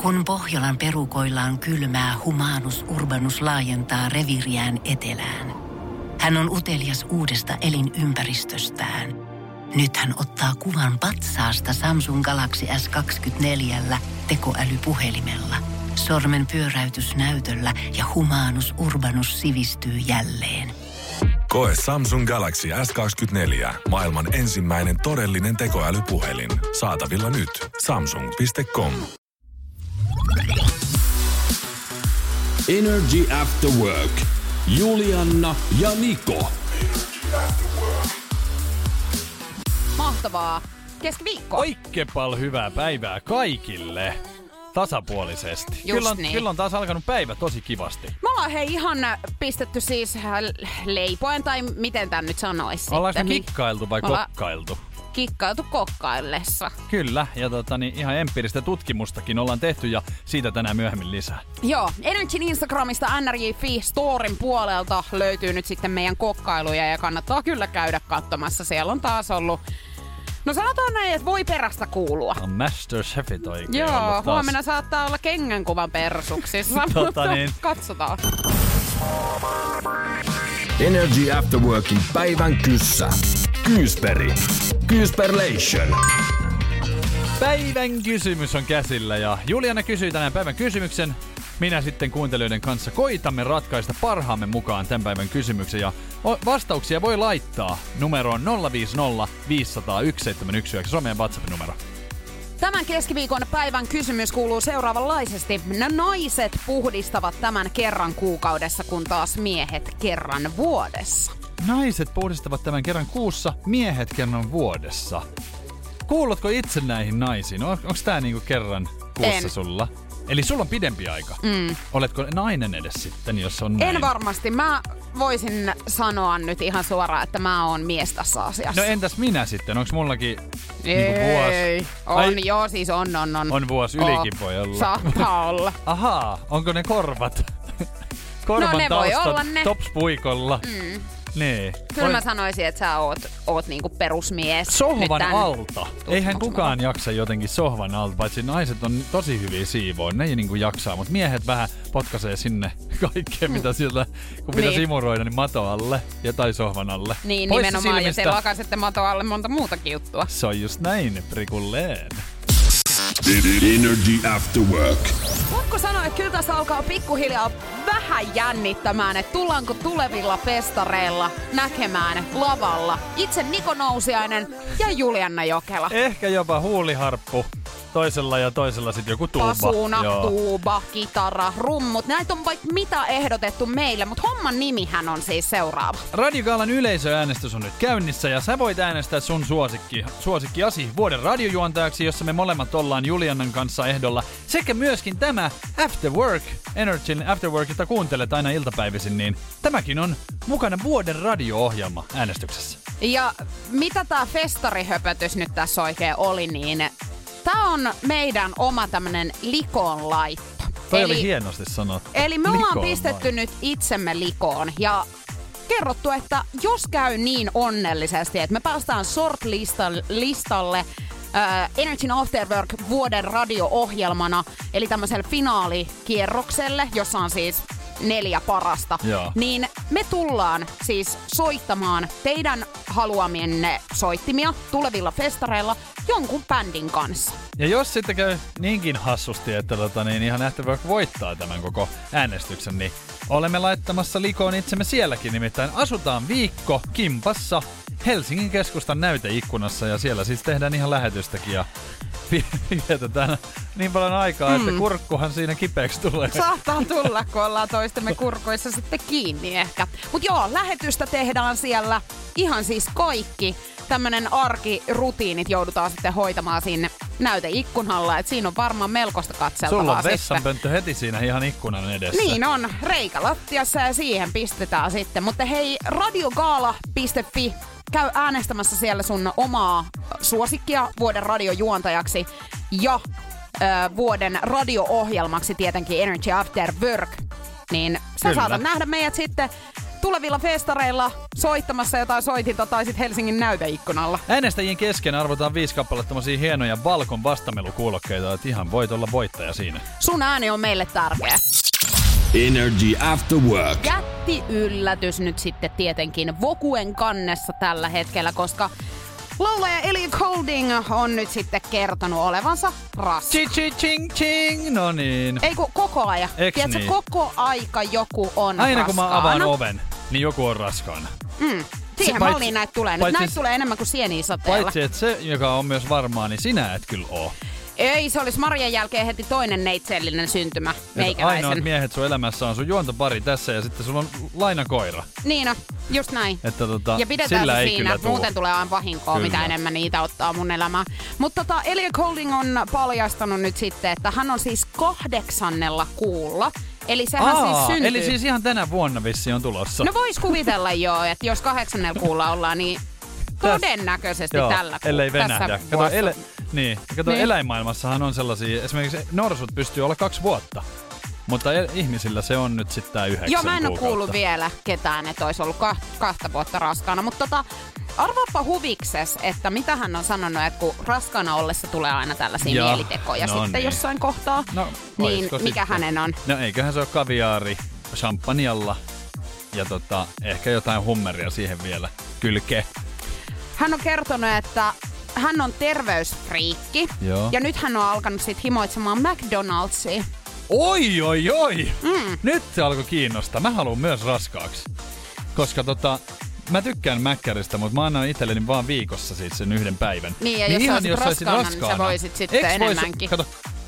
Kun Pohjolan perukoillaan kylmää, Humanus Urbanus laajentaa reviiriään etelään. Hän on utelias uudesta elinympäristöstään. Nyt hän ottaa kuvan patsaasta Samsung Galaxy S24 tekoälypuhelimella. Sormen pyöräytys näytöllä ja Humanus Urbanus sivistyy jälleen. Koe Samsung Galaxy S24. Maailman ensimmäinen todellinen tekoälypuhelin. Saatavilla nyt. Samsung.com. Energy After Work. Julianna ja Niko. Mahtavaa keskiviikkoa. Oikein paljon hyvää päivää kaikille. Tasapuolisesti. Kyllä on taas alkanut päivä tosi kivasti. Me ollaan ihan pistetty siis leipoen, tai miten tän nyt sanoisi. Ollaanko kikkailtu vai kokkailtu? Kikkailtu kokkaillessa. Kyllä, ja ihan empiiristä tutkimustakin ollaan tehty, ja siitä tänään myöhemmin lisää. Joo, Energyn Instagramista NRJ.fi Storin puolelta löytyy nyt sitten meidän kokkailuja, ja kannattaa kyllä käydä katsomassa. Siellä on taas ollut, no sanotaan näin, että voi perästä kuulua. On Masterchefit oikein. Joo, huomenna saattaa olla kengänkuvan persuksissa, mutta katsotaan. Energy After Workin päivän kyssä. Kyysperi. Kyysperlation. Päivän kysymys on käsillä ja Juliana kysyi tänään päivän kysymyksen. Minä sitten kuuntelijoiden kanssa koitamme ratkaista parhaamme mukaan tämän päivän kysymyksen. Ja vastauksia voi laittaa numeroon 050 501 719, se on meidän WhatsApp-numero. Tämän keskiviikon päivän kysymys kuuluu seuraavanlaisesti. Naiset puhdistavat tämän kerran kuukaudessa, kun taas miehet kerran vuodessa. Naiset puhdistavat tämän kerran kuussa, miehet kerran vuodessa. Kuulutko itse näihin naisiin? Onko tää niinku kerran kuussa sulla? Eli sulla on pidempi aika. Oletko nainen edes sitten, jos on näin? En varmasti. Mä voisin sanoa nyt ihan suoraan, että mä oon mies tässä asiassa. No entäs minä sitten? Onko mullakin niinku vuosi? On, joo, siis on. On vuosi ylikin voi olla. Saattaa olla. Ahaa, onko ne korvat? Korvan ne voi olla ne. Tops-puikolla. Nee. Kyllä mä sanoisin, että sä oot niinku perusmies. Sohvan alta. Eihän kukaan jaksa jotenkin sohvan alta, paitsi naiset on tosi hyviä siivoon. Ne ei niinku jaksaa, mutta miehet vähän potkaisee sinne kaikkea, mitä sieltä, kun pitäisi imuroida, niin mato alle tai sohvan alle. Niin, pois nimenomaan, ja te lakasette mato alle monta muutakin juttua. Se on just näin, prikulleen. Energy After Work. Pakko sanoa, että kyllä tässä alkaa pikkuhiljaa vähän jännittämään, että tullaanko tulevilla festareilla näkemään lavalla itse Niko Nousiainen ja Julianna Jokela. Ehkä jopa huuliharppu. Toisella ja toisella sitten joku tuuba. Pasuuna, tuuba, kitara, rummut. Näitä on vaikka mitä ehdotettu meille, mutta homman nimihän on siis seuraava. Radiogaalan yleisöäänestys on nyt käynnissä ja sä voit äänestää sun suosikkiasi vuoden radiojuontajaksi, jossa me molemmat ollaan Juliannan kanssa ehdolla. Sekä myöskin tämä After Work, Energyn After Work, jota kuuntelet aina iltapäivisin, niin tämäkin on mukana vuoden radio-ohjelma äänestyksessä. Ja mitä tää festarihöpötys nyt tässä oikein oli, niin tää on meidän oma tämmönen likoonlaitto. Toi oli hienosti sanottu. Eli me ollaan pistetty nyt itsemme likoon ja kerrottu, että jos käy niin onnellisesti, että me päästään shortlistalle Energyn After Work vuoden radio-ohjelmana, eli tämmöiselle finaalikierrokselle, jossa on siis 4 parasta, niin me tullaan siis soittamaan teidän haluamienne soittimia tulevilla festareilla jonkun bändin kanssa. Ja jos sitten käy niinkin hassusti, että ihan After Work voittaa tämän koko äänestyksen, niin olemme laittamassa likoon itsemme sielläkin. Nimittäin asutaan viikko kimpassa Helsingin keskustan näyteikkunassa ja siellä siis tehdään ihan lähetystäkin ja vietetään niin paljon aikaa, että kurkkuhan siinä kipeäksi tulee. Saattaa tulla, kun ollaan toistemme kurkuissa sitten kiinni ehkä. Mut joo, lähetystä tehdään siellä ihan siis kaikki. Tämmönen arkirutiinit joudutaan sitten hoitamaan siinä näyteikkunalla, että siinä on varmaan melkoista katseltavaa. Sulla on vessanpönttö heti siinä ihan ikkunan edessä. Niin on, reikä lattiassa ja siihen pistetään sitten. Mutta hei, radiogaala.fi, käy äänestämässä siellä sun omaa suosikkia vuoden radiojuontajaksi ja vuoden radio-ohjelmaksi tietenkin Energy After Work. Niin sä saatat nähdä meidät sitten tulevilla festareilla soittamassa jotain soitinta tai sit Helsingin näyteikkunalla. Äänestäjien kesken arvotaan 5 kappaletta tommosia hienoja Valkon vastamelukuulokkeita, että ihan voit olla voittaja siinä. Sun ääni on meille tärkeä. Energy After Work. Jätti yllätys nyt sitten tietenkin Vokuen kannessa tällä hetkellä, koska laulaja Ellie Goulding on nyt sitten kertonut olevansa raskaana. Ching, no niin. Ei kun koko ajan. Tiedätkö, niin? koko aika joku on Aina raskaana. kun mä avaan oven, niin joku on raskaana. Siihen malliin näitä tulee. Nyt näitä tulee enemmän kuin sieniä sateella. Paitsi, että se, joka on myös varmaa, niin sinä et kyllä oo. Ei, se olisi Marian jälkeen heti toinen neitsellinen syntymä meikäläisen. Ainoat miehet sun elämässä on sun juontopari tässä ja sitten sulla on lainakoira. Niin on, just näin. Että ja pidetään sillä se ei siinä, kyllä muuten tulee aina vahinkoa, Kyllä. mitä enemmän niitä ottaa mun elämään. Mutta Ellie Goulding on paljastanut nyt sitten, että hän on siis 8. kuulla. Eli sehän siis syntyy. Eli siis ihan tänä vuonna vissi on tulossa. No vois kuvitella joo, että jos 8. kuulla ollaan, niin todennäköisesti tällä kuulla. Ellei venähdä. Kato, Niin. eläinmaailmassahan on sellaisia, esimerkiksi norsut pystyy olla 2 vuotta. Mutta ihmisillä se on nyt sitten tää 9 Joo, mä en oo kuukautta. kuullut vielä ketään, että olisi ollut 2 vuotta raskaana. Mutta arvaappa huvikses, että mitä hän on sanonut, että kun raskaana ollessa tulee aina tällaisia mielitekoja sitten niin. jossain kohtaa. No, niin mikä sitten? hänen on? No eiköhän se ole kaviaari champagnella ja ehkä jotain hummeria siihen vielä kylkeen. Hän on kertonut, että hän on terveysfriikki. Joo. Ja nyt hän on alkanut sit himoitsemaan McDonald'sia. Oi! Nyt se alkoi kiinnostaa. Mä haluan myös raskaaksi. Koska mä tykkään mäkkäristä, mutta mä annan itselleni vaan viikossa siis sen 1 päivän. Niin, ja jos ihan, sä olisit raskaana, niin sä voisit sitten enemmänkin. Kato,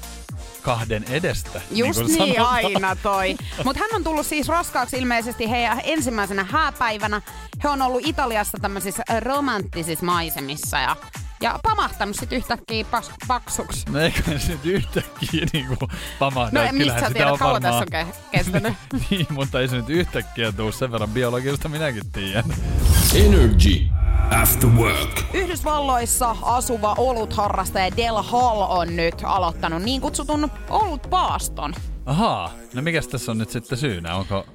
2 edestä. Just niin, niin aina toi. Mutta hän on tullut siis raskaaksi ilmeisesti heidän ensimmäisenä hääpäivänä. He on ollut Italiassa tämmöisissä romanttisissa maisemissa ja pamahtanut sit yhtäkkiä paksuksi. No eikä se nyt yhtäkkiä niinku pamahda. No mistä sä tiedät, kauan tässä on kestänyt? Niin, mutta ei se nyt yhtäkkiä tuu, sen verran biologista minäkin tiedän. Energy After Work. Yhdysvalloissa asuva olutharrastaja Del Hall on nyt aloittanut niin kutsutun olutpaaston. Ahaa, no mikäs tässä on nyt sitten syynä? Onko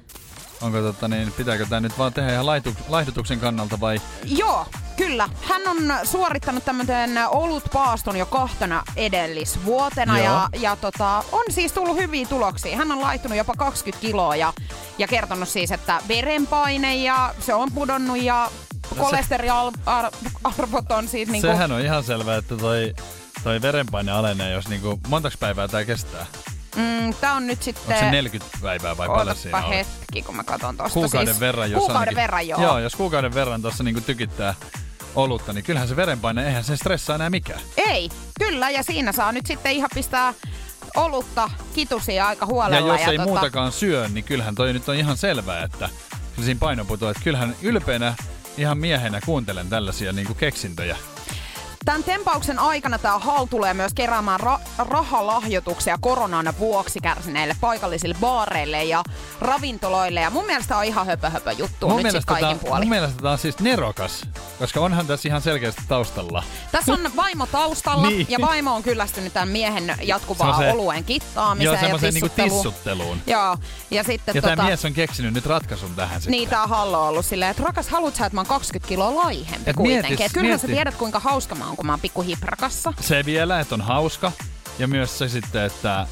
pitääkö tää nyt vaan tehdä ihan laihdutuksen kannalta vai? Joo, kyllä. Hän on suorittanut tämmöisen olutpaaston jo 2 edellisvuotena ja on siis tullut hyviä tuloksia. Hän on laihtunut jopa 20 kiloa ja kertonut siis, että verenpaine ja se on pudonnut ja kolesteroliarvot on siis niinku... Sehän on ihan selvää, että toi verenpaine alenee, jos niinku montaks päivää tää kestää? Tää on nyt sitten... Onko se 40 päivää vai paljon siinä on? hetki, kun mä katson tosta. Kuukauden siis, verran, kuukauden verran, joo. Joo, jos kuukauden verran tossa niinku tykittää olutta, niin kyllähän se verenpaine, eihän se stressaa enää mikään. Ei, kyllä, ja siinä saa nyt sitten ihan pistää olutta kitusia aika huolella. Ja jos ei muutakaan syö, niin kyllähän toi nyt on ihan selvää, että siinä paino putoaa. Että kyllähän ylpeänä ihan miehenä kuuntelen tällaisia niinku keksintöjä. Tämän tempauksen aikana tämä Hall tulee myös keräämään rahalahjoituksia koronan vuoksi kärsineille paikallisille baareille ja ravintoloille. Ja mun mielestä on ihan höpö juttu nyt sit kaikin puolin. Mun mielestä tämä on siis nerokas, koska onhan tässä ihan selkeästi taustalla. Tässä on vaimo taustalla niin. Ja vaimo on kyllästynyt tämän miehen jatkuvaan oluen kittaamiseen ja tissutteluun. Joo, ja sitten ja tämä mies on keksinyt nyt ratkaisun tähän sitten. Niin, tämä Hall on ollut silleen, että rakas, haluat sä, että mä oon 20 kiloa laihempi kuitenkin. Että kyllähän sä tiedät, kuinka hauska mä oon, kun mä oon pikku hiprakassa. Se vielä, että on hauska. Ja myös se sitten, että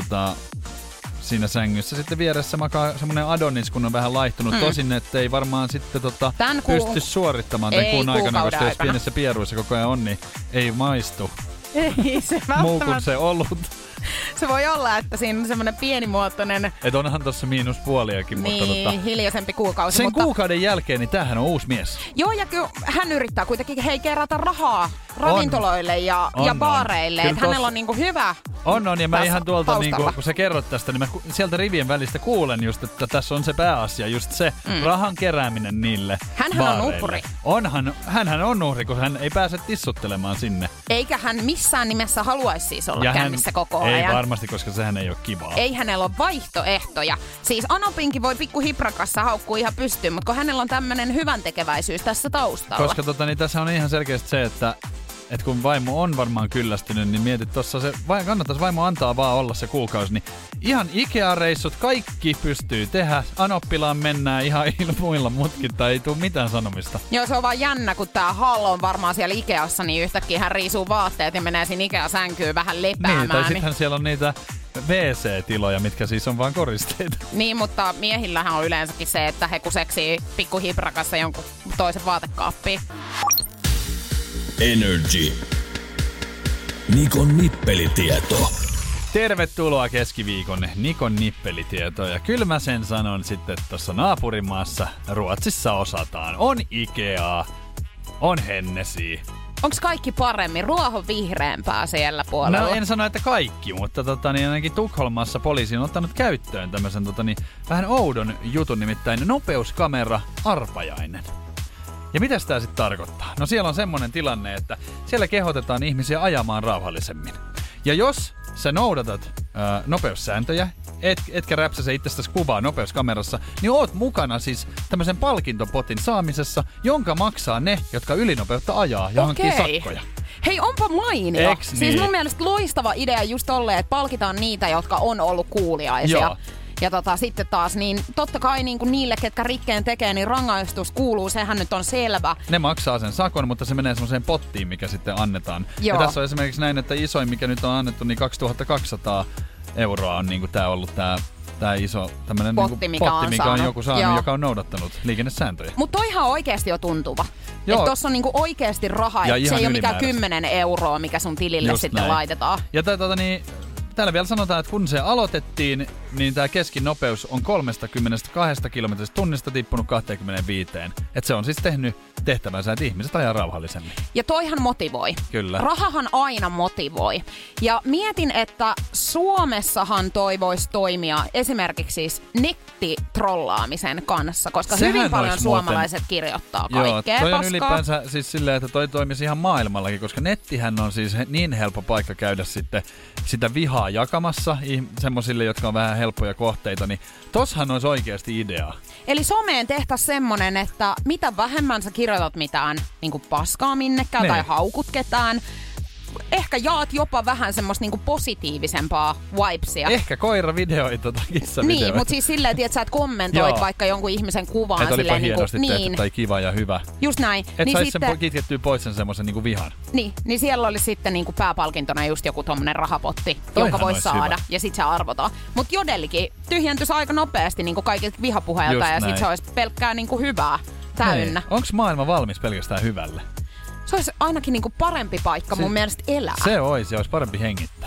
siinä sängyssä sitten vieressä makaa semmoinen Adonis, kun on vähän laihtunut. Tosin, että ei varmaan sitten pysty suorittamaan tämän kuun aikana, koska jos pienessä pieruissa koko ajan on, niin ei maistu. Ei se välttämättä. Muu kuin se olut. Se voi olla, että siinä on semmoinen pienimuotoinen... Että onhan tossa -puoliakin, niin, mutta hiljaisempi kuukausi. Sen kuukauden jälkeen, niin tämähän on uusi mies. Joo, ja kyllä hän yrittää kuitenkin kerätä rahaa ravintoloille ja baareille. Että hänellä on niinku hyvä ja mä ihan tuolta, niinku, kun sä kerrot tästä, niin mä sieltä rivien välistä kuulen just, että tässä on se pääasia, just se rahan kerääminen niille Hänhän on uhri. Hänhän on uhri, kun hän ei pääse tissuttelemaan sinne. Eikä hän missään nimessä haluaisi siis olla kännissä koko ajan. Ei varmasti, koska sehän ei ole kivaa. Ei hänellä ole vaihtoehtoja. Siis Anopinkin voi pikku hiprakassa haukkua ihan pystyyn, mutta kun hänellä on tämmönen hyvän tekeväisyys tässä taustalla. Koska niin tässä on ihan selkeästi se, että että kun vaimo on varmaan kyllästynyt, niin mietit tossa se, kannattaisi vaimo antaa vaan olla se kuukausi, niin ihan Ikea-reissut kaikki pystyy tehdä. Anoppilaan mennään ihan muilla mutkitta, ei tule mitään sanomista. Joo, se on vaan jännä, kun tää Hall on varmaan siellä Ikeassa, niin yhtäkkiä hän riisuu vaatteet ja menee sinne Ikea-sänkyyn vähän lepäämään. Niin, tai sittenhän siellä on niitä WC-tiloja, mitkä siis on vaan koristeita. Niin, mutta miehillähän on yleensäkin se, että he kuseksii pikkuhiprakassa jonkun toisen vaatekaappiin. Energy. Nikon nippelitieto. Tervetuloa keskiviikon Nikon nippelitietoon. Ja kyllä mä sen sanon sitten, että tuossa naapurimaassa Ruotsissa osataan. On Ikeaa, on Hennesiä. Onko kaikki paremmin? Ruohon vihreämpää siellä puolella? No en sano, että kaikki, mutta ainakin Tukholmassa poliisi on ottanut käyttöön tämmöisen vähän oudon jutun, nimittäin nopeuskamera arpajainen. Ja mitä tää sitten tarkoittaa? No siellä on semmonen tilanne, että siellä kehotetaan ihmisiä ajamaan rauhallisemmin. Ja jos sä noudatat nopeussääntöjä, etkä räpsäse itsestäsi kuvaa nopeuskamerassa, niin oot mukana siis tämmöisen palkintopotin saamisessa, jonka maksaa ne, jotka ylinopeutta ajaa ja hankkii sakkoja. Hei, onpa mainio. Eks niin? Siis mun mielestä loistava idea just tolleen, että palkitaan niitä, jotka on ollut kuuliaisia. Joo. Ja sitten taas, niin totta kai niin kuin niille, ketkä rikkeen tekee, niin rangaistus kuuluu, sehän nyt on selvä. Ne maksaa sen sakon, mutta se menee semmoiseen pottiin, mikä sitten annetaan. Joo. Ja tässä on esimerkiksi näin, että isoin, mikä nyt on annettu, niin 2200 € on niinku tää ollut tää iso tämmönen potti, mikä on joku saanut, Joo. joka on noudattanut liikennesääntöjä. Mutta toihan on oikeesti jo tuntuva. Joo. Tossa on niinku oikeesti rahaa, Ja että se ei ole mikään 10 €10, mikä sun tilille Just sitten näin. laitetaan. Ja täällä vielä sanotaan, että kun se aloitettiin, niin tää keskinopeus on 32 kilometristä tunnista tippunut 25. Että se on siis tehnyt tehtävänsä, että ihmiset ajaa rauhallisemmin. Ja toihan motivoi. Kyllä. Rahahan aina motivoi. Ja mietin, että Suomessahan toi voisi toimia esimerkiksi siis nettitrollaamisen kanssa, koska Sehän hyvin paljon olisi suomalaiset kirjoittaa kaikkea toi on paskaa. ylipäänsä siis silleen, että toi toimisi ihan maailmallakin, koska nettihän on siis niin helppo paikka käydä sitten sitä vihaa jakamassa semmosille, jotka on vähän helppoja kohteita, niin tossahan olisi oikeasti ideaa. Eli someen tehtäisiin semmonen, että mitä vähemmän sä kirjoitat mitään niin paskaa minnekään Niin. tai haukut ketään, ehkä jaat jopa vähän semmoista niinku positiivisempaa vibesia. Ehkä koiravideoita tai kissavideoita. Niin, mutta siis silleen, että sä et kommentoit Joo. vaikka jonkun ihmisen kuvaan. Että olipa silleen, hienosti niinku, tehty tai kiva ja hyvä. Just näin. Et niin sais sitten, sen kitkettyä pois sen semmoisen niinku vihan. niin siellä oli sitten niinku pääpalkintona just joku tommonen rahapotti, Toihan jonka vois olisi saada. hyvä. Ja sit se arvotaan. Mut jodellikin tyhjentyisi aika nopeasti niinku kaikilta vihapuheilta Just ja sit näin. se olisi pelkkää niinku hyvää täynnä. Hei, onks maailma valmis pelkästään hyvälle? Se olisi ainakin niinku parempi paikka mun mielestä elää. Se olisi parempi hengittää.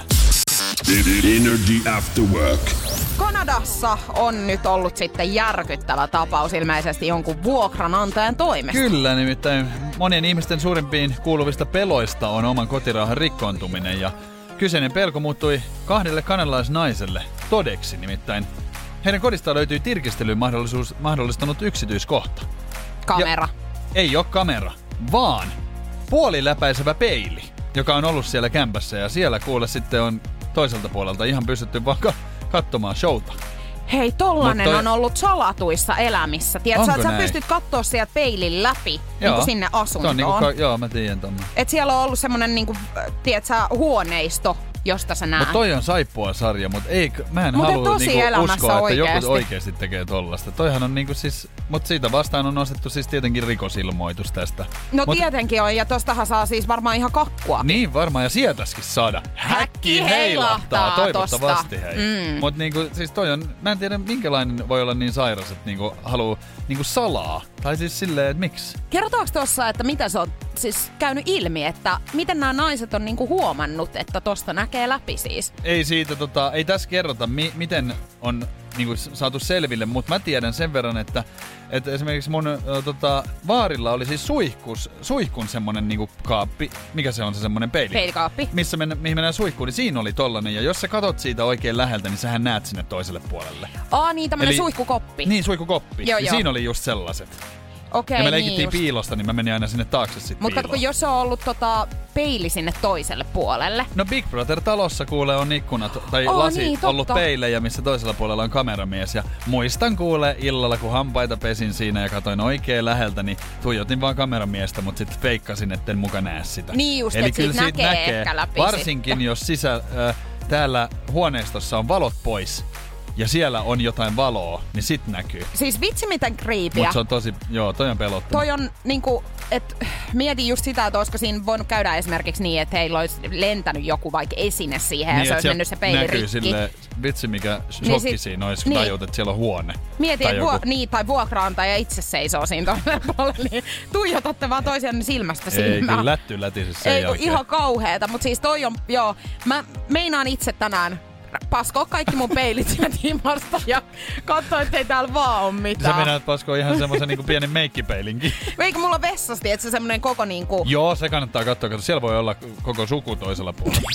Energy After Work. Kanadassa on nyt ollut sitten järkyttävä tapaus ilmeisesti jonkun vuokranantajan toimesta. Kyllä, nimittäin monien ihmisten suurimpiin kuuluvista peloista on oman kotirauhan rikkoontuminen ja kyseinen pelko muuttui 2 kanadalaisnaiselle todeksi, nimittäin heidän kodistaan löytyi tirkistelyn mahdollistanut yksityiskohta. Kamera. Ei ole kamera, vaan puoliläpäisevä peili, joka on ollut siellä kämpässä ja siellä kuule sitten on toiselta puolelta ihan pystytty vaan katsomaan showta. Hei, tollanen Mut on ollut salatuissa elämissä. Tiedätkö, Onko että sä näin? pystyt kattoo sieltä peilin läpi niinku sinne Se asuntoon. on niinku, joo, mä tiedän tommoinen. Et siellä on ollut semmonen niinku, tiedätkö, huoneisto, josta sä näet. Mut toi on saippua-sarja, mä en Mut halua tosi niinku elämässä uskoa, että oikeesti. joku oikeesti tekee tollasta. Toihan on niinku siis, mut siitä vastaan on nostettu siis tietenkin rikosilmoitus tästä. No mut, tietenkin on, ja tostahan saa siis varmaan ihan kakkua. Niin varmaan, ja sieltäskin saada. Häkki heilahtaa, toivottavasti tosta. hei. Mut niinku, siis toi on, mä en tiedä minkälainen voi olla niin sairas, että niinku haluu niinku salaa. Tai siis silleen, että miksi? Kertooko tuossa, että mitä se on siis käynyt ilmi, että miten nämä naiset on niinku huomannut, että tosta näkee läpi siis? Ei siitä, ei tässä kerrota, miten on niinku saatu selville, mutta mä tiedän sen verran, että esimerkiksi mun vaarilla oli siis suihkun semmonen niinku kaappi, mikä se on se semmonen Peilikaappi. mihin mennään suihkuun, niin siinä oli tollanen, ja jos sä katot siitä oikein läheltä, niin sähän näet sinne toiselle puolelle. Niin tämmönen suihkukoppi. Niin, suihkukoppi. Joo, niin joo. siinä oli just sellaiset. Okei, ja me niin leikittiin just. piilosta, niin mä menin aina sinne taakse sit Mutta piiloon. jos on ollut peili sinne toiselle puolelle. No Big Brother-talossa kuulee on ikkunat tai Oh, lasi niin, totta. ollut peilejä, missä toisella puolella on kameramies. Ja muistan kuulee illalla, kun hampaita pesin siinä ja katoin oikein läheltä, niin tuijotin vaan kameramiestä, mutta sitten feikkasin, etten muka näe sitä. Niin just, eli että kyllä siitä näkee ehkä läpi varsinkin jos täällä huoneistossa on valot pois ja siellä on jotain valoa, niin sit näkyy. Siis vitsi miten creepyä. Mutta se on tosi, toi on pelottava. Toi on niinku, mietin just sitä, että olisiko siinä voinut käydä esimerkiksi niin, että heillä olisi lentänyt joku vaikka esine siihen ja se olisi mennyt se peili näkyy rikki. Silleen, vitsi mikä shokki niin siinä olisi, kun tajut, että siellä on huone. Mieti, tai että tai vuokraantaja itse seisoo siinä toisella puolella, niin tuijotatte vaan toisiaan silmästä silmään. Ei, kyllä lätty lätisessä sen jälkeen. Ihan kauheeta, mutta siis toi on, joo, mä meinaan itse tänään paskoa kaikki mun peilit sieltä himasta ja katsoa, ettei täällä vaan ole mitään. Sä meinaat paskoa ihan semmosen niinku pienen meikkipeilinkin. Eikö mulla vessasti, että se semmonen koko niinku... Joo, se kannattaa katsoa, koska siellä voi olla koko suku toisella puolella.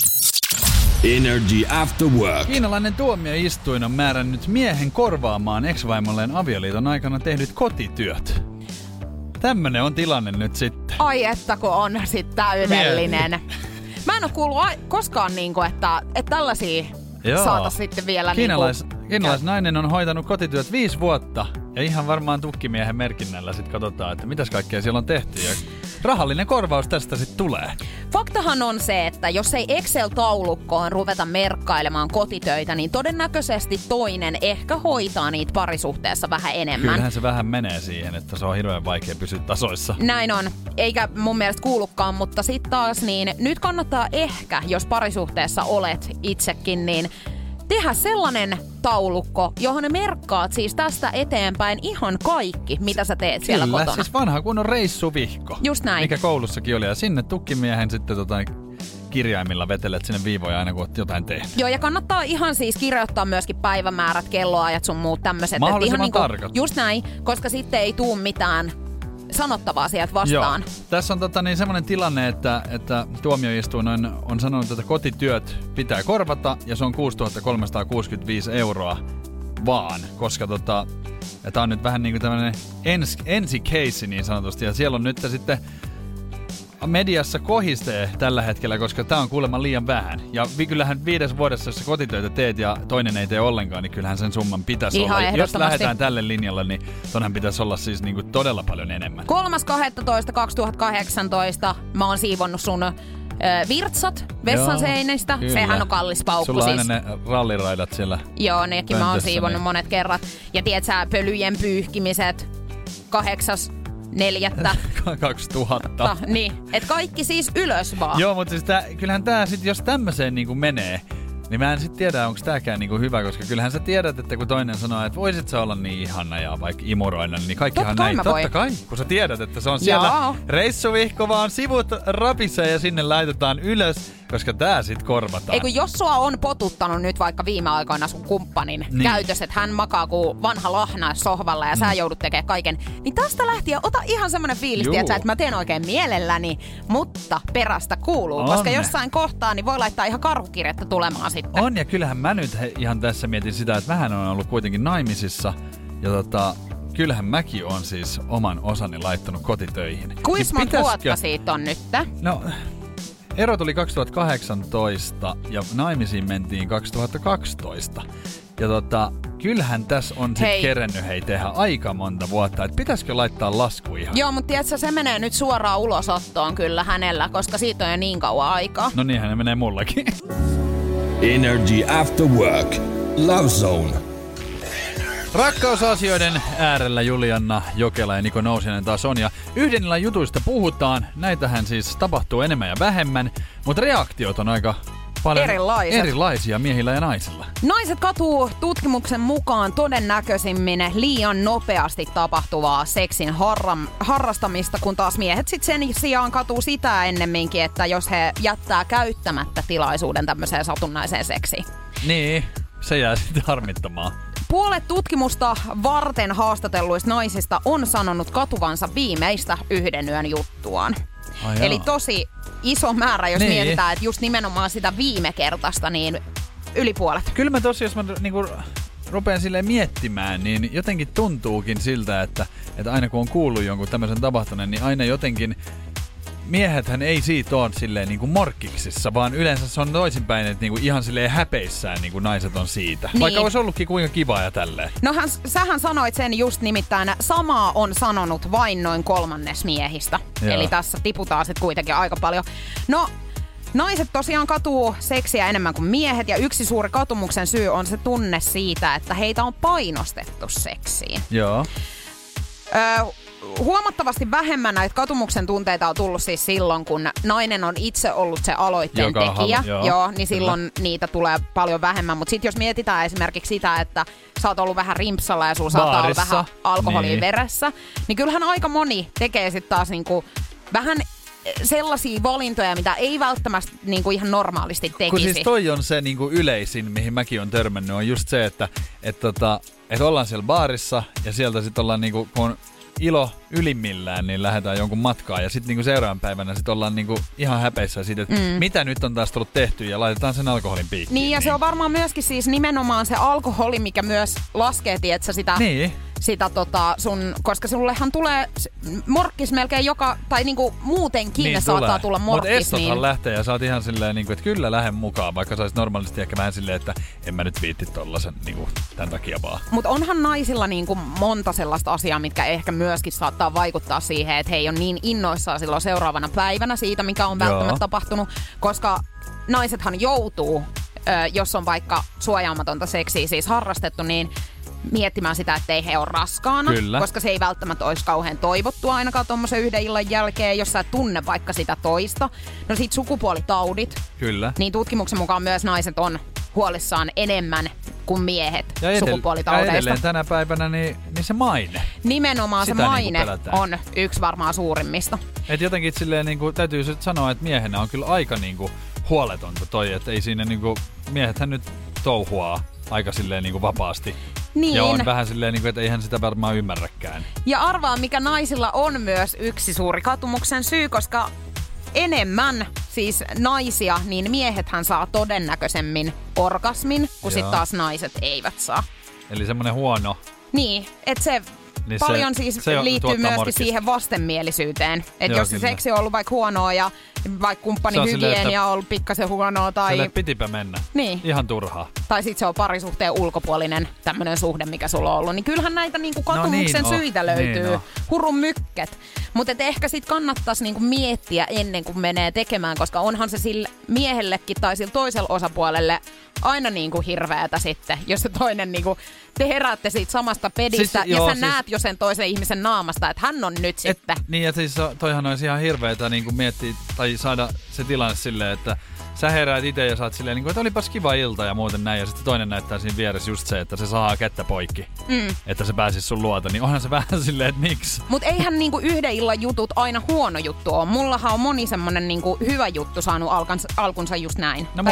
Energy After Work. Kiinalainen tuomioistuin on määrännyt miehen korvaamaan ex-vaimolleen avioliiton aikana tehdyt kotityöt. Tämmönen on tilanne nyt sitten. Ai että kun on sit täydellinen. Mä en oo kuullut koskaan niinku, että tällaisia saatais sitten vielä Kiinalaisnainen on hoitanut kotityöt 5 vuotta. Ja ihan varmaan tukkimiehen merkinnällä sit katsotaan, että mitäs kaikkea siellä on tehty. Ja rahallinen korvaus tästä sit tulee. Faktahan on se, että jos ei Excel-taulukkoon ruveta merkkailemaan kotitöitä, niin todennäköisesti toinen ehkä hoitaa niitä parisuhteessa vähän enemmän. Kyllähän se vähän menee siihen, että se on hirveän vaikea pysyä tasoissa. Näin on. Eikä mun mielestä kuulukaan, mutta sit taas niin nyt kannattaa ehkä, jos parisuhteessa olet itsekin, niin tehdä sellainen taulukko, johon merkkaat siis tästä eteenpäin ihan kaikki, mitä sä teet siellä kotona. Kyllä, siis vanha kunnon reissuvihko. Just näin. Mikä koulussakin oli. Ja sinne tukkimiehen sitten kirjaimilla vetelet sinne viivoja aina, kun oot jotain tehnyt. Joo, ja kannattaa ihan siis kirjoittaa myöskin päivämäärät, kelloajat sun muut tämmöiset. Mahdollisimman tarkat. Just näin, koska sitten ei tuu mitään sanottavaa sieltä vastaan. Joo. Tässä on semmoinen tilanne, että tuomioistuin on sanonut, että kotityöt pitää korvata ja se on 6 365 € vaan, koska tämä on nyt vähän niin kuin tämmöinen ensi-case niin sanotusti ja siellä on nyt sitten mediassa kohistee tällä hetkellä, koska tää on kuulemma liian vähän. Ja kyllähän 5 vuodessa, jos sä kotitöitä teet ja toinen ei tee ollenkaan, niin kyllähän sen summan pitäisi ihan olla. Jos lähdetään tälle linjalle, niin tonhan pitäisi olla siis niinku todella paljon enemmän. 3.12.2018 mä oon siivonnut sun virtsat vessan seinistä. Kyllä. Sehän on kallis paukku. Sulla on siis. aina ne ralliraidat siellä. Joo, nekin mä oon pöntössä, siivonnut niin. monet kerrat. Ja tiedät sä, pölyjen pyyhkimiset 8.4. 2000. Niin, et kaikki siis ylös vaan. Joo, mutta siis kyllähän tää sit, jos tämmöiseen niinku menee, niin mä en sit tiedä, onko tääkään niinku hyvä, koska kyllähän sä tiedät, että kun toinen sanoo, että voisit sä olla niin ihana ja vaikka imuroinen, niin kaikkihan näin. Totta kai, kun sä tiedät, että se on siellä reissuvihko vaan sivut rapisee ja sinne laitetaan ylös, koska tää sit korvataan. Ei kun jos sua on potuttanut nyt vaikka viime aikoina sun kumppanin käytös, että hän makaa kuin vanha lahna sohvalla ja sä joudut tekemään kaiken, niin tästä lähtien ota ihan semmonen fiilis, että mä teen oikein mielelläni, mutta perästä kuuluu, koska jossain kohtaa niin voi laittaa ihan karhukirjettä tulemaan sitten. On, ja kyllähän mä nyt ihan tässä mietin sitä, että vähän on ollut kuitenkin naimisissa ja kyllähän mäkin on siis oman osani laittanut kotitöihin. Kuinka monta vuotta siitä on nyt? No, ero tuli 2018 ja naimisiin mentiin 2012. Ja kyllähän tässä on sit kerennyt tehdä aika monta vuotta, että pitäisikö laittaa lasku ihan? Joo, mutta tiedätkö, se menee nyt suoraan ulosottoon kyllä hänellä, koska siitä on jo niin kauan aikaa. No niinhän ne menee mullakin. Energy After Work. Love Zone. Rakkausasioiden äärellä Julianna Jokela ja Niko Nousiainen taas on. Ja yhden illan jutuista puhutaan. Näitähän siis tapahtuu enemmän ja vähemmän, mutta reaktiot on aika paljon erilaisia miehillä ja naisilla. Naiset katuu tutkimuksen mukaan todennäköisimmin liian nopeasti tapahtuvaa seksin harrastamista, kun taas miehet sitten sen sijaan katuu sitä ennemminkin, että jos he jättää käyttämättä tilaisuuden tämmöiseen satunnaiseen seksiin. Niin, se jää sitten harmittamaan. Puolet tutkimusta varten haastatelluista naisista on sanonut katuvansa viimeistä yhden yön juttuaan. Eli tosi iso määrä, jos mietitään, että just nimenomaan sitä viime kertaista, niin yli puolet. Kyllä mä jos mä niinku rupean silleen miettimään, niin jotenkin tuntuukin siltä, että että aina kun on kuullut jonkun tämmöisen tapahtuneen, niin aina jotenkin miehethän ei siitä ole silleen niinku morkkiksissa, vaan yleensä se on toisinpäin, että niinku ihan silleen häpeissään niinku naiset on siitä. Niin. Vaikka olisi ollutkin kuinka kivaa ja tälleen. Nohan, sähän sanoit sen just nimittäin, samaa on sanonut vain noin 1/3 miehistä. Joo. Eli tässä tiputaan sitten kuitenkin aika paljon. No, naiset tosiaan katuu seksiä enemmän kuin miehet, ja yksi suuri katumuksen syy on se tunne siitä, että heitä on painostettu seksiin. Joo. Huomattavasti vähemmän näitä katumuksen tunteita on tullut siis silloin, kun nainen on itse ollut se aloitteen tekijä. Joo, niin silloin niitä tulee paljon vähemmän. Mutta sitten jos mietitään esimerkiksi sitä, että sä oot ollut vähän rimpsalla ja sulla saattaa olla vähän alkoholia veressä, niin kyllähän aika moni tekee sitten taas niinku vähän sellaisia valintoja, mitä ei välttämättä niinku ihan normaalisti tekisi. Kun siis toi on se niinku yleisin, mihin mäkin on törmännyt, on just se, että ollaan siellä baarissa ja sieltä sitten ollaan niinku, kun on ilo ylimmillään, niin lähdetään jonkun matkaan ja sitten niinku seuraavan päivänä sit ollaan niinku ihan häpeissä siitä, että mitä nyt on taas tullut tehty ja laitetaan sen alkoholin piikkiin. Niin, ja se on varmaan myöskin siis nimenomaan se alkoholi, mikä myös laskee, tietsä, sitä... Niin. Sitä koska sullehan tulee morkkis melkein tai niinku muutenkin niin saattaa tulla morkkis. Mutta estothan lähtee ja sä oot ihan silleen, niinku, että kyllä lähden mukaan, vaikka sä olisit normaalisti ehkä vähän silleen, että en mä nyt viitti tollasen niinku, tän takia vaan. Mutta onhan naisilla niinku monta sellaista asiaa, mitkä ehkä myöskin saattaa vaikuttaa siihen, että he ei ole niin innoissaan silloin seuraavana päivänä siitä, mikä on välttämättä tapahtunut, koska naisethan joutuu, jos on vaikka suojaamatonta seksiä siis harrastettu, niin miettimään sitä, että ei he ole raskaana, kyllä, koska se ei välttämättä olisi kauhean toivottua ainakaan tuommoisen yhden illan jälkeen, jos sä et tunne vaikka sitä toista. No sit sukupuolitaudit. Kyllä. Niin tutkimuksen mukaan myös naiset on huolissaan enemmän kuin miehet sukupuolitaudeista. Ja edelleen tänä päivänä niin se maine. Nimenomaan sitä se maine on yksi varmaan suurimmista. Et jotenkin silleen niinku, täytyy sanoa, että miehenä on kyllä aika niinku huoletonta toi, että ei siinä niinku, miehethän nyt touhuaa aika silleen niinku vapaasti. Niin. Ja on vähän silleen, että eihän sitä varmaan ymmärräkään. Ja arvaa, mikä naisilla on myös yksi suuri katumuksen syy, koska enemmän siis naisia, niin miehethän saa todennäköisemmin orgasmin, kun sitten taas naiset eivät saa. Eli semmoinen huono. Niin, että se... Niin paljon se liittyy myöskin siihen vastenmielisyyteen. Että jos se seksi on ollut vaikka huonoa ja vaikka kumppanin hygienia on ollut pikkasen huonoa tai... Sille pitipä mennä. Niin. Ihan turhaa. Tai sit se on parisuhteen ulkopuolinen tämmönen suhde, mikä sulla on ollut. Niin kyllähän näitä niinku katumuksen syitä löytyy. Niin hurun mykket. Mutta ehkä sit kannattaisi niinku miettiä ennen kuin menee tekemään, koska onhan se sille miehellekin tai sille toiselle osapuolelle aina niinku hirveätä sitten, jos se toinen niinku, te heräätte siitä samasta pedistä ja sä näet jo sen toisen ihmisen naamasta, että hän on nyt sitten. Niin, ja siis toihan olisi ihan hirveätä niinku miettiä tai saada se tilanne silleen, että sä heräät itse ja saat silleen, että olipas kiva ilta ja muuten näin. Ja sitten toinen näyttää siinä vieressä just se, että se saa kättä poikki. Että se pääsisi sun luota. Niin onhan se vähän silleen, että miksi? Mut eihän niinku yhden illan jutut aina huono juttu ole. Mullahan on moni semmonen niinku hyvä juttu saanut alkunsa just näin. No,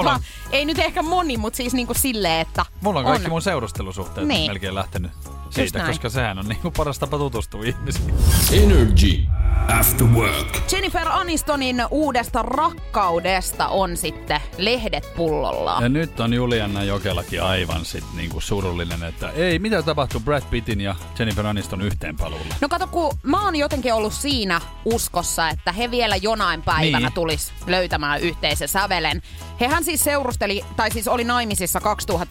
ei nyt ehkä moni, mutta siis niinku silleen, että mulla on kaikki mun seurustelusuhteet melkein lähtenyt siitä, koska sehän on niinku paras tapa tutustua ihmisiin. Energy After Work. Jennifer Anistonin uudesta rakkaudesta on sitten lehdet pullollaan. Ja nyt on Julianna Jokelakin aivan sit niinku surullinen, että ei, mitä tapahtui Brad Pittin ja Jennifer Aniston yhteenpaluulla? No kato, kun mä oon jotenkin ollut siinä uskossa, että he vielä jonain päivänä tulis löytämään yhteisen sävelen. Hehän siis seurusteli, tai siis oli naimisissa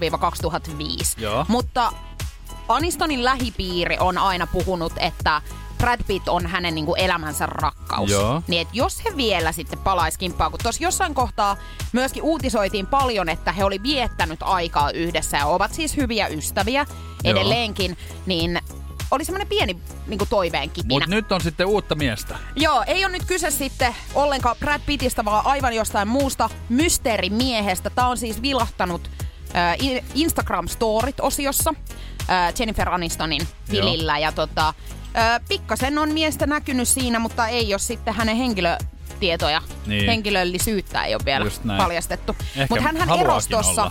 2000-2005. Joo. Mutta Anistonin lähipiiri on aina puhunut, että Brad Pitt on hänen niinku elämänsä rakkaus. Joo. Niin et jos he vielä sitten palaisi kimppaan, kun tuossa jossain kohtaa myöskin uutisoitiin paljon, että he oli viettänyt aikaa yhdessä ja ovat siis hyviä ystäviä edelleenkin, niin oli semmoinen pieni niinku toiveen kipinä. Mut nyt on sitten uutta miestä. Joo, ei ole nyt kyse sitten ollenkaan Brad Pittistä, vaan aivan jostain muusta mysteerimiehestä. Tää on siis vilahtanut Instagram-storit-osiossa Jennifer Anistonin tilillä. Ja pikkasen on miestä näkynyt siinä, mutta ei ole sitten hänen henkilötietoja. Niin. Henkilöllisyyttä ei ole vielä paljastettu. Mutta hänhän erosi tuossa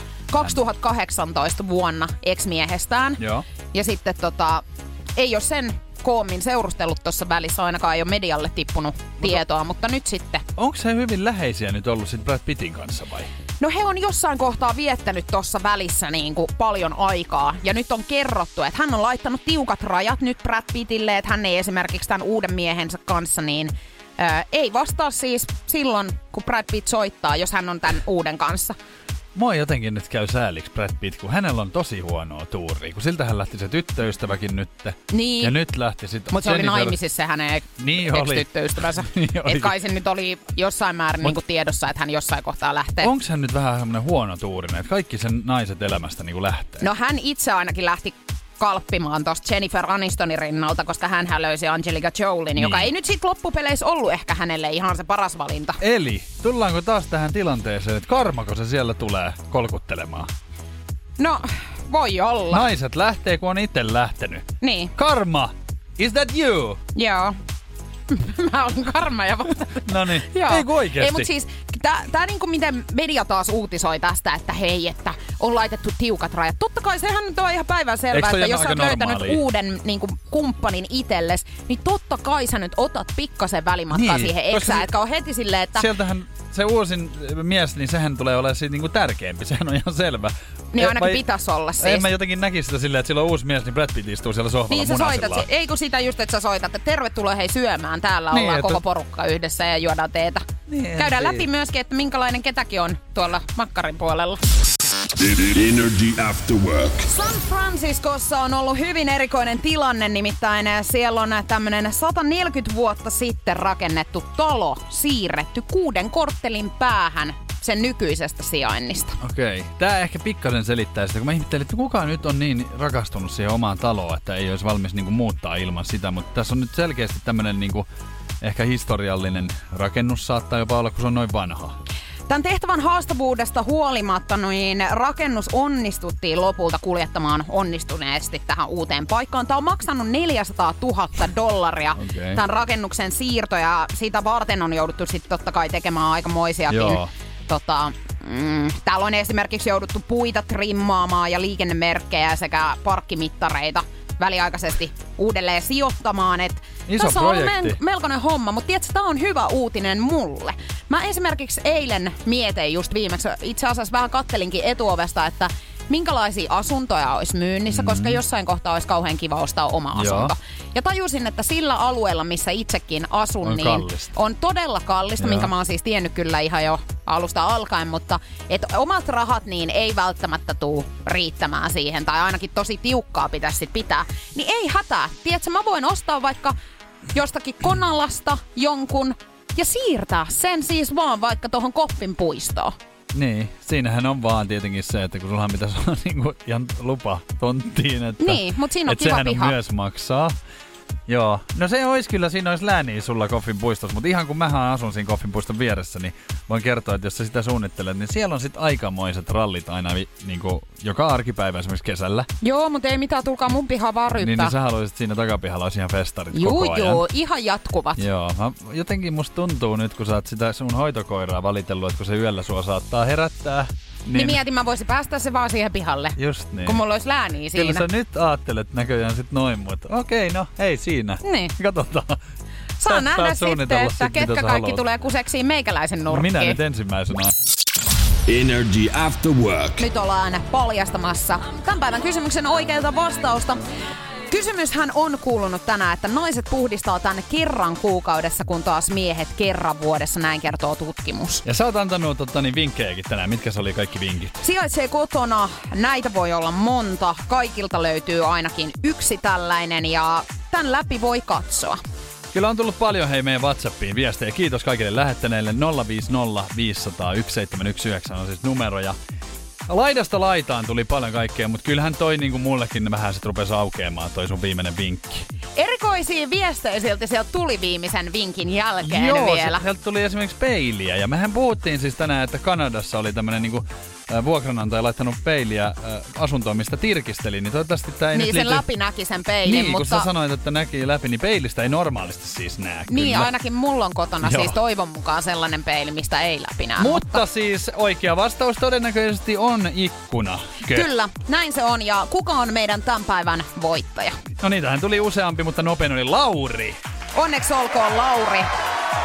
2018 vuonna ex-miehestään. Joo. Ja sitten ei ole sen koommin seurustellut tuossa välissä, ainakaan ei ole medialle tippunut tietoa, mutta nyt sitten. Onko se hyvin läheisiä nyt ollut sit Brad Pittin kanssa vai? No he on jossain kohtaa viettänyt tuossa välissä niin kuin paljon aikaa. Ja nyt on kerrottu, että hän on laittanut tiukat rajat nyt Brad Pittille, että hän ei esimerkiksi tämän uuden miehensä kanssa niin ei vastaa siis silloin, kun Brad Pitt soittaa, jos hän on tämän uuden kanssa. Mua jotenkin nyt käy sääliksi Brad Pitt, kun hänellä on tosi huonoa tuuria. Kun siltähän lähti se tyttöystäväkin nyt. Niin. Ja nyt lähti sitten... Mutta se oli naimisissa hänen ex-tyttöystävänsä. Niin et kai se nyt oli jossain määrin niinku tiedossa, että hän jossain kohtaa lähtee. Onko hän nyt vähän semmoinen huono tuurinen, että kaikki sen naiset elämästä niinku lähtee? No hän itse ainakin lähti kalppimaan tosta Jennifer Anistonin rinnalta, koska hänhän löysi Angelica Jolien, niin. Joka ei nyt sit loppupeleissä ollut ehkä hänelle ihan se paras valinta. Eli tullaanko taas tähän tilanteeseen, että karmako se siellä tulee kolkuttelemaan? No, voi olla. Naiset lähtee, kun on itse lähtenyt. Niin. Karma! Is that you? Joo. Mä olen Karma ja Noniin, ei kun oikeesti. Ei, mut siis tää niinku miten media taas uutisoi tästä, että hei, että on laitettu tiukat rajat. Totta kai sehän nyt on ihan päivänselvää, että jos sä oot löytänyt uuden niinku kumppanin itelles, niin totta kai sä nyt otat pikkasen välimatkaa siihen eksään, etkä on heti silleen, että... Sieltähän se uusin mies, niin sehän tulee olemaan siitä niinku tärkeämpi, sehän on ihan selvä. Niin ainakin pitäisi olla siis. En mä jotenkin näkisi sitä silleen, että sillä on uusi mies, niin Brad Pitt istuu siellä sohvalla niin munaisella. Soitat, ei kun sitä just, että sä soitat, että tervetuloa hei syömään. Täällä niin, ollaan koko porukka yhdessä ja juodaan teetä. Niin, käydään läpi myöskin, että minkälainen ketäkin on tuolla makkarin puolella. Energy After Work. San Franciscossa on ollut hyvin erikoinen tilanne, nimittäin siellä on tämmönen 140 vuotta sitten rakennettu talo siirretty 6 korttelin päähän sen nykyisestä sijainnista. Okei. Tää ehkä pikkasen selittää sitä, kun mä ihmettelin, että kuka nyt on niin rakastunut siihen omaan taloon, että ei olisi valmis niinku muuttaa ilman sitä, mutta tässä on nyt selkeästi tämmönen niinku ehkä historiallinen rakennus saattaa jopa olla, kun se on noin vanha. Tämän tehtävän haastavuudesta huolimatta niin rakennus onnistuttiin lopulta kuljettamaan onnistuneesti tähän uuteen paikkaan. Tämä on maksanut $400,000 tämän rakennuksen siirto ja sitä varten on jouduttu sitten totta kai tekemään aikamoisiakin. Täällä on esimerkiksi jouduttu puita trimmaamaan ja liikennemerkkejä sekä parkkimittareita väliaikaisesti uudelleen sijoittamaan. Iso tässä projekti. on melkoinen homma, mutta tiedätkö, tämä on hyvä uutinen mulle. Mä esimerkiksi eilen mietin just viimeksi, itse asiassa vähän kattelinkin etuovesta, että minkälaisia asuntoja olisi myynnissä, koska jossain kohtaa olisi kauhean kiva ostaa oma asunto. Ja tajusin, että sillä alueella, missä itsekin asun, on niin kallista. On todella kallista, minkä mä oon siis tiennyt kyllä ihan jo alusta alkaen, mutta omat rahat niin ei välttämättä tule riittämään siihen, tai ainakin tosi tiukkaa pitäisi sit pitää. Niin ei hätää. Tiedätkö, mä voin ostaa vaikka jostakin Konalasta jonkun ja siirtää sen siis vaan vaikka tuohon Koppin puistoon. Niin, siinähän on vaan tietenkin se, että kun sullahan pitäisi olla niinku ihan lupa tonttiin, että, niin, mutta siinä on että kiva sehän piha. on myös maksaa. Joo, no se olisi kyllä, siinä olisi lääniä sulla Koffin puistossa, mutta ihan kun mähän asun siinä Koffin puiston vieressä, niin voin kertoa, että jos sä sitä suunnittelet, niin siellä on sit aikamoiset rallit aina niinku joka arkipäivä esimerkiksi kesällä. Joo, mutta ei mitään, tulkaa mun pihaan vaan ryyppää. Niin sä haluaisit siinä takapihalla olisi ihan festarit koko ajan. Joo, ihan jatkuvat. Joo, jotenkin musta tuntuu nyt, kun sä oot sitä sun hoitokoiraa valitellut, että kun se yöllä sua saattaa herättää. Niin mietin, mä voisin päästä se vaan siihen pihalle. Just niin. Kun mulla olisi lääniä siinä. Kyllä sä nyt aattelet näköjään sit noin, mutta okei, no ei siinä. Niin. Katsotaan. Saa nähdä sitten, että ketkä kaikki haluat. tulee kuseksiin meikäläisen nurkkiin. No minä nyt ensimmäisenä. Energy After Work. Nyt ollaan paljastamassa tämän päivän kysymyksen oikealta vastausta. Kysymyshän on kuulunut tänään, että naiset puhdistaa tänne kerran kuukaudessa, kun taas miehet kerran vuodessa, näin kertoo tutkimus. Ja sä oot antanut vinkkejäkin tänään. Mitkä se oli kaikki vinkit? Sijaitsee kotona, näitä voi olla monta. Kaikilta löytyy ainakin yksi tällainen ja tämän läpi voi katsoa. Kyllä on tullut paljon meidän WhatsAppiin viestejä. Kiitos kaikille lähettäneille. 050 500 1719 on siis numero. Ja laidasta laitaan tuli paljon kaikkea, mutta kyllähän toi niinku mullekin vähän sit rupesi aukeamaan toi sun viimeinen vinkki. Erikoisia viestejä sieltä tuli viimeisen vinkin jälkeen vielä. Sieltä tuli esimerkiksi peiliä. Ja mehän puhuttiin siis tänään, että Kanadassa oli tämmönen niinku vuokranantaja laittanut peiliä asuntoon, mistä tirkisteli, niin toivottavasti tää ei niin nyt sen läpi näki sen peilin, niin, mutta... kun sä sanoit, että näki läpi, niin peilistä ei normaalisti siis näe. Niin, kyllä. ainakin mulla on kotona siis toivon mukaan sellainen peili, mistä ei läpi näe. Mutta siis oikea vastaus todennäköisesti on ikkuna. Kyllä, näin se on. Ja kuka on meidän tämän päivän voittaja? No niitähän tuli useampi, mutta nopein oli Lauri. Onneksi olkoon Lauri.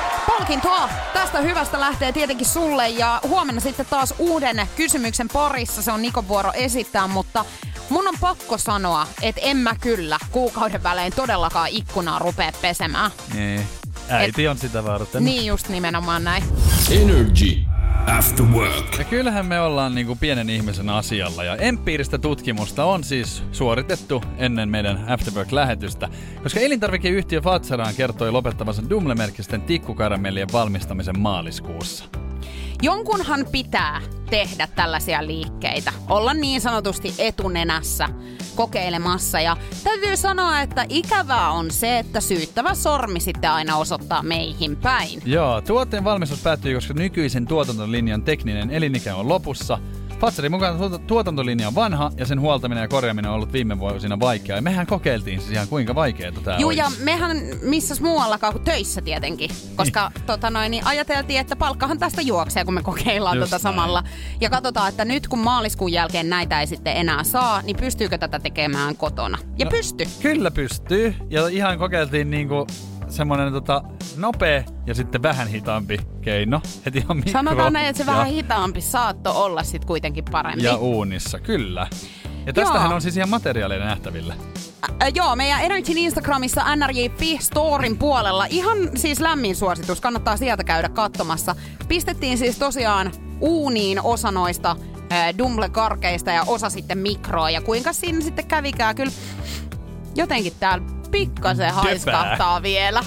Palkintoa tästä hyvästä lähtee tietenkin sulle ja huomenna sitten taas uuden kysymyksen parissa. Se on Nikon vuoro esittää, mutta mun on pakko sanoa, että en mä kyllä kuukauden välein todellakaan ikkunaa rupea pesemään. Niin. Äiti on sitä varten. Niin just nimenomaan näin. Energy After Work. Ja kyllähän me ollaan niinku pienen ihmisen asialla ja empiiristä tutkimusta on siis suoritettu ennen meidän After Work-lähetystä, koska elintarvikeyhtiö Fazeran kertoi lopettavansa Dumle-merkkisten tikkukaramellien valmistamisen maaliskuussa. Jonkunhan pitää tehdä tällaisia liikkeitä, olla niin sanotusti etunenässä kokeilemassa. Ja täytyy sanoa, että ikävää on se, että syyttävä sormi sitten aina osoittaa meihin päin. Joo, tuotteen valmistus päättyi, koska nykyisen tuotantolinjan tekninen elinikä on lopussa. Fazerin mukaan tuotantolinja on vanha ja sen huoltaminen ja korjaaminen on ollut viime vuosina vaikeaa. Ja mehän kokeiltiin siis ihan kuinka vaikeaa tää olisi. Ja mehän missäs muuallakaan kuin töissä tietenkin. Koska niin ajateltiin, että palkkahan tästä juoksee, kun me kokeillaan samalla. Ja katsotaan, että nyt kun maaliskuun jälkeen näitä ei sitten enää saa, niin pystyykö tätä tekemään kotona? Ja pystyy. Kyllä pystyy. Ja ihan kokeiltiin niinku semmoinen nopea ja sitten vähän hitaampi keino. Heti ihan mikro. Sanotaan näin, että se vähän hitaampi saattoi olla sitten kuitenkin parempi. Ja uunissa, kyllä. Ja tästähän on siis ihan materiaaleja nähtävillä. Joo, meidän Energyn Instagramissa NRJ.fi Storin puolella. Ihan siis lämmin suositus, kannattaa sieltä käydä katsomassa. Pistettiin siis tosiaan uuniin osa noista Dumle-karkeista ja osa sitten mikroa. Ja kuinka siinä sitten kävikään, kyllä jotenkin täällä pikkasen haiskahtaa vielä.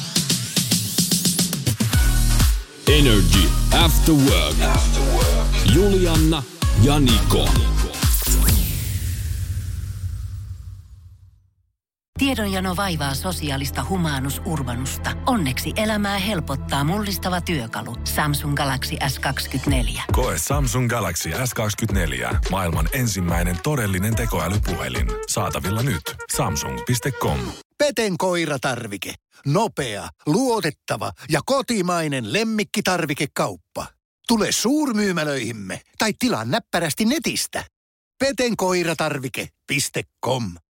Energy After Work. Julianna ja Niko. Tiedonjano vaivaa sosiaalista humanus urbanusta. Onneksi elämää helpottaa mullistava työkalu. Samsung Galaxy S24. Koe Samsung Galaxy S24. Maailman ensimmäinen todellinen tekoälypuhelin. Saatavilla nyt. Samsung.com. Peten koiratarvike. Nopea, luotettava ja kotimainen lemmikkitarvikekauppa. Tule suurmyymälöihimme tai tilaa näppärästi netistä. petenkoiratarvike.com